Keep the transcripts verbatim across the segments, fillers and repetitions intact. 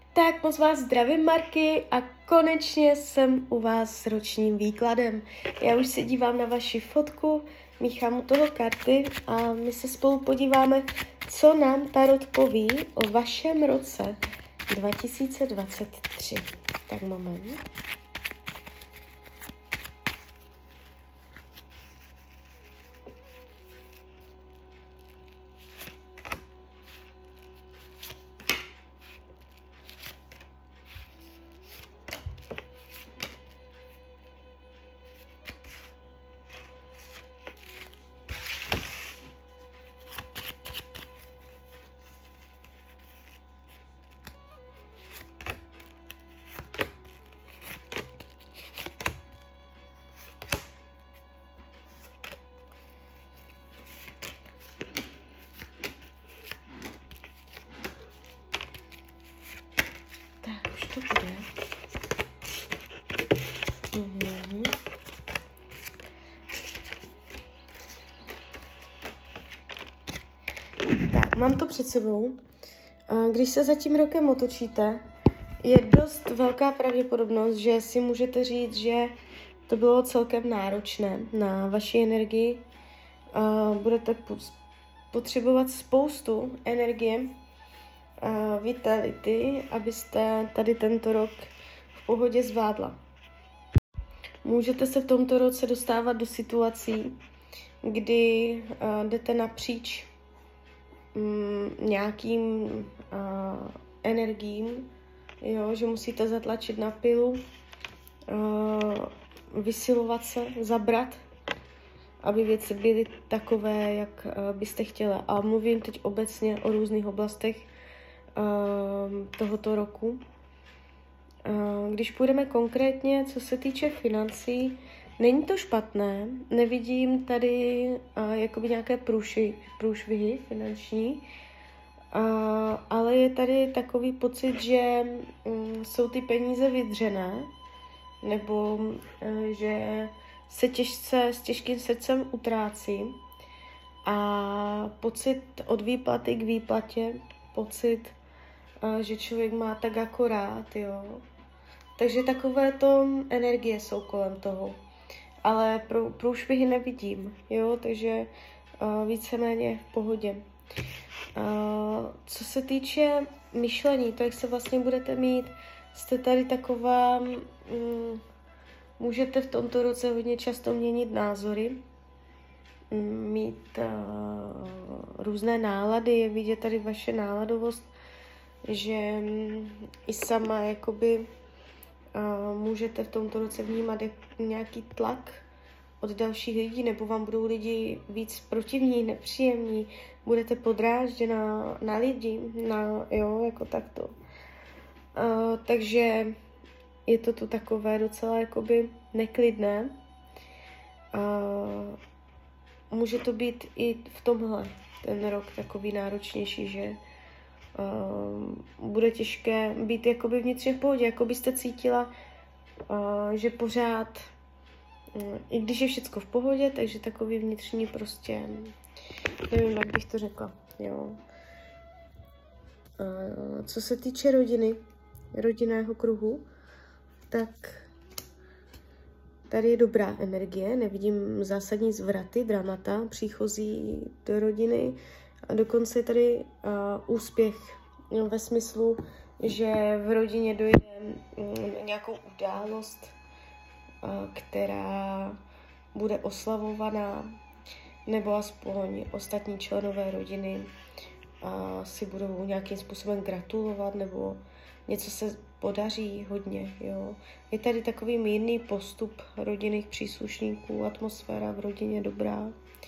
Tak moc vás zdravím, Marky, a konečně jsem u vás s ročním výkladem. Já už se dívám na vaši fotku, míchám u toho karty a my se spolu podíváme, co nám tarot poví o vašem roce dva tisíce dvacet tři. Tak moment. Tak, už to bude. Mhm. Tak, mám to před sebou. Když se za tím rokem otočíte, je dost velká pravděpodobnost, že si můžete říct, že to bylo celkem náročné na vaši energii. Budete potřebovat spoustu energie, vitality, abyste tady tento rok v pohodě zvládla. Můžete se v tomto roce dostávat do situací, kdy jdete napříč um, nějakým uh, energiím, jo, že musíte zatlačit na pilu, uh, vysilovat se, zabrat, aby věci byly takové, jak uh, byste chtěla. A mluvím teď obecně o různých oblastech uh, tohoto roku. Uh, když půjdeme konkrétně, co se týče financí, není to špatné, nevidím tady uh, jakoby nějaké průši, průšvihy finanční, uh, ale je tady takový pocit, že um, jsou ty peníze vydřené, nebo uh, že se těžce, s těžkým srdcem utrácí a pocit od výplaty k výplatě, pocit, uh, že člověk má tak akorát, jo. Takže takovéto energie jsou kolem toho. Ale prů, průšvihy nevidím, jo, takže uh, víceméně v pohodě. Uh, co se týče myšlení, to, jak se vlastně budete mít, jste tady taková, um, můžete v tomto roce hodně často měnit názory, um, mít uh, různé nálady, je vidět tady vaše náladovost, že um, i sama jakoby Uh, můžete v tomto roce vnímat nějaký tlak od dalších lidí, nebo vám budou lidi víc protivní, nepříjemní, budete podrážděna na lidi, na, jo, jako takto. Uh, takže je to tu takové docela jakoby neklidné. Uh, může to být i v tomhle ten rok takový náročnější, že Uh, bude těžké být jakoby vnitřně v pohodě, jako byste cítila, uh, že pořád, uh, i když je všecko v pohodě, takže takový vnitřní prostě, nevím, jak bych to řekla, jo. Uh, co se týče rodiny, rodinného kruhu, tak tady je dobrá energie, nevidím zásadní zvraty, dramata, příchozí do rodiny, a dokonce je tady uh, úspěch no, ve smyslu, že v rodině dojde um, nějakou událost, uh, která bude oslavovaná, nebo aspoň ostatní členové rodiny uh, si budou nějakým způsobem gratulovat, nebo něco se podaří hodně. Jo. Je tady takový mírný postup rodinných příslušníků, atmosféra v rodině dobrá.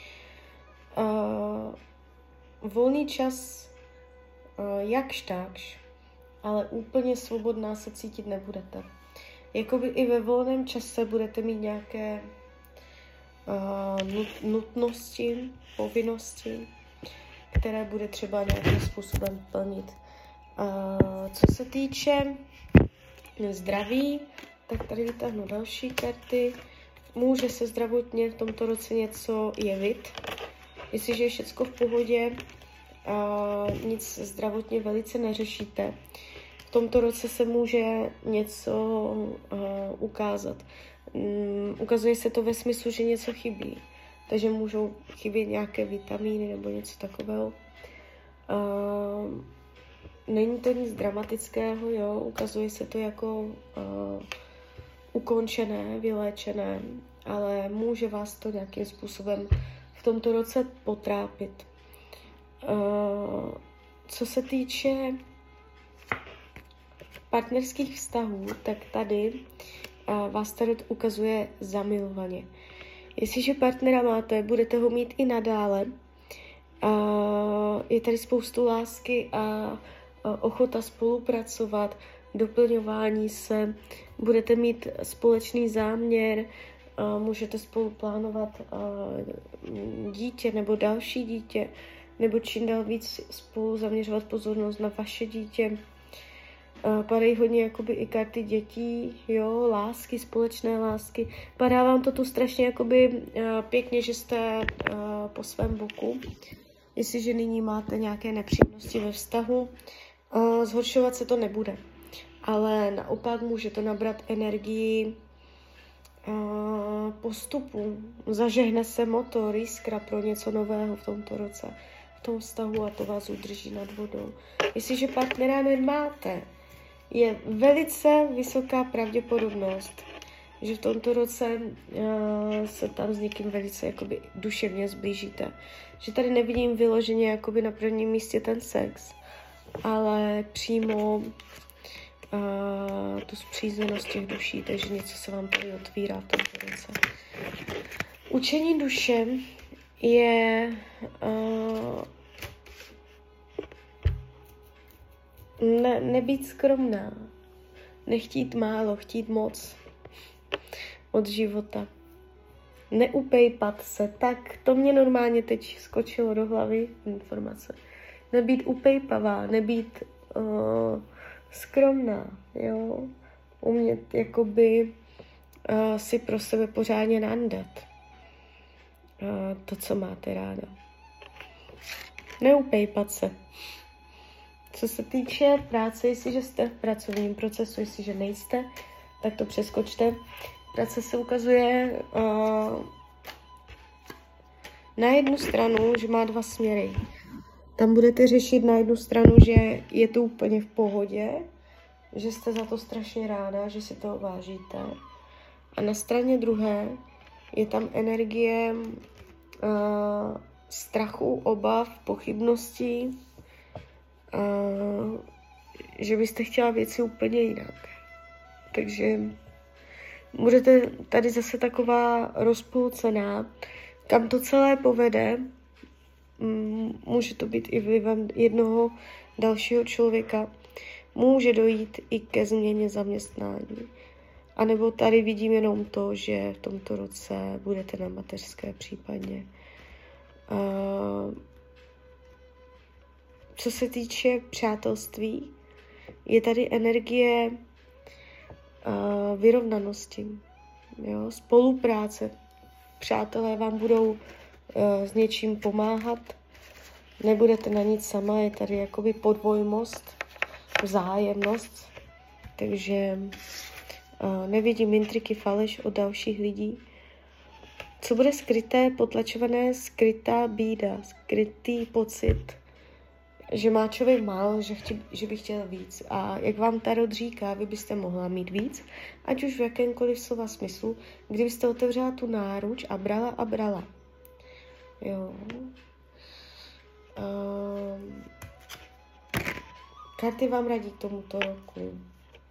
Uh, Volný čas jakž takž, ale úplně svobodná se cítit nebudete. Jakoby i ve volném čase budete mít nějaké uh, nutnosti, povinnosti, které bude třeba nějakým způsobem plnit. Uh, co se týče zdraví, tak tady vytáhnu další karty. Může se zdravotně v tomto roce něco jevit. Jestliže je všecko v pohodě, uh, nic zdravotně velice neřešíte, v tomto roce se může něco uh, ukázat. Um, ukazuje se to ve smyslu, že něco chybí. Takže můžou chybět nějaké vitamíny nebo něco takového. Uh, není to nic dramatického, jo, ukazuje se to jako uh, ukončené, vyléčené, ale může vás to nějakým způsobem v tomto roce potrápit. Uh, co se týče partnerských vztahů, tak tady uh, vás tady ukazuje zamilovaně. Jestliže partnera máte, budete ho mít i nadále. Uh, je tady spoustu lásky a uh, ochota spolupracovat, doplňování se, budete mít společný záměr, uh, můžete spolu plánovat uh, dítě nebo další dítě, nebo čím dál víc spolu zaměřovat pozornost na vaše dítě. Uh, padají hodně jakoby i karty dětí, jo, lásky, společné lásky. Padá vám to tu strašně jakoby uh, pěkně, že jste uh, po svém boku. Jestliže nyní máte nějaké nepříjemnosti ve vztahu, uh, zhoršovat se to nebude. Ale naopak může to nabrat energii uh, postupu. Zažehne se motor, jiskra pro něco nového v tomto roce, v tom vztahu a to vás udrží nad vodou. Jestliže partnera nemáte, je velice vysoká pravděpodobnost, že v tomto roce uh, se tam s někým velice jakoby duševně zblížíte. Že tady nevidím vyloženě jakoby na prvním místě ten sex, ale přímo uh, tu spřízněnost těch duší, takže něco se vám tady otvírá v tomto roce. Učení duše je uh, ne, nebýt skromná, nechtít málo, chtít moc od života. Neupejpat se, tak to mě normálně teď skočilo do hlavy informace. Nebýt upejpavá, nebýt uh, skromná, jo. Umět jakoby uh, si pro sebe pořádně nandat uh, to, co máte ráda. Neupejpat se. Co se týče práce, jestliže jste v pracovním procesu, jestliže nejste, tak to přeskočte. Práce se ukazuje uh, na jednu stranu, že má dva směry. Tam budete řešit na jednu stranu, že je to úplně v pohodě, že jste za to strašně ráda, že si to vážíte. A na straně druhé je tam energie uh, strachu, obav, pochybností, uh, že byste chtěla věci úplně jinak. Takže budete tady zase taková rozpolcená, kam to celé povede. Může to být i vlivem jednoho dalšího člověka. Může dojít i ke změně zaměstnání. A nebo tady vidím jenom to, že v tomto roce budete na mateřské případně. Uh, co se týče přátelství, je tady energie uh, vyrovnanosti, jo? Spolupráce. Přátelé vám budou uh, s něčím pomáhat, nebudete na nic sama, je tady jakoby podvojmost, vzájemnost, takže uh, nevidím intriky, faleš od dalších lidí. Co bude skryté, potlačované, skrytá bída, skrytý pocit, že má člověk málo, že, chtě, že by chtěl víc. A jak vám Tarot říká, vy byste mohla mít víc, ať už v jakémkoliv slova smyslu, kdybyste otevřela tu náruč a brala a brala. Jo. Um, karty vám radí k tomuto roku,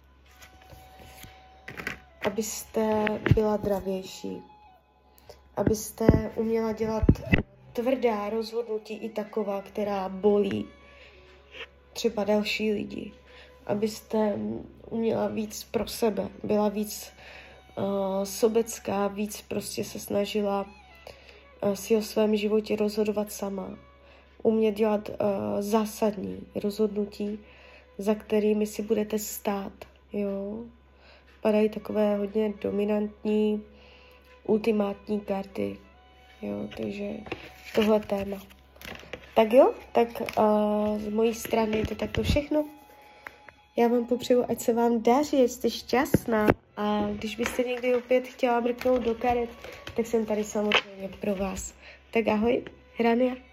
abyste byla dravější, abyste uměla dělat tvrdá rozhodnutí i taková, která bolí třeba další lidi, abyste uměla víc pro sebe, byla víc uh, sobecká, víc prostě se snažila uh, si o svém životě rozhodovat sama, umět dělat uh, zásadní rozhodnutí, za kterými si budete stát, jo. Padají takové hodně dominantní, ultimátní karty, jo, takže tohle téma. Tak jo, tak uh, z mojí strany je to takto všechno. Já vám popřeju, ať se vám daří, ať jste šťastná. A když byste někdy opět chtěla mrknout do karet, tak jsem tady samozřejmě pro vás. Tak ahoj, Hrania.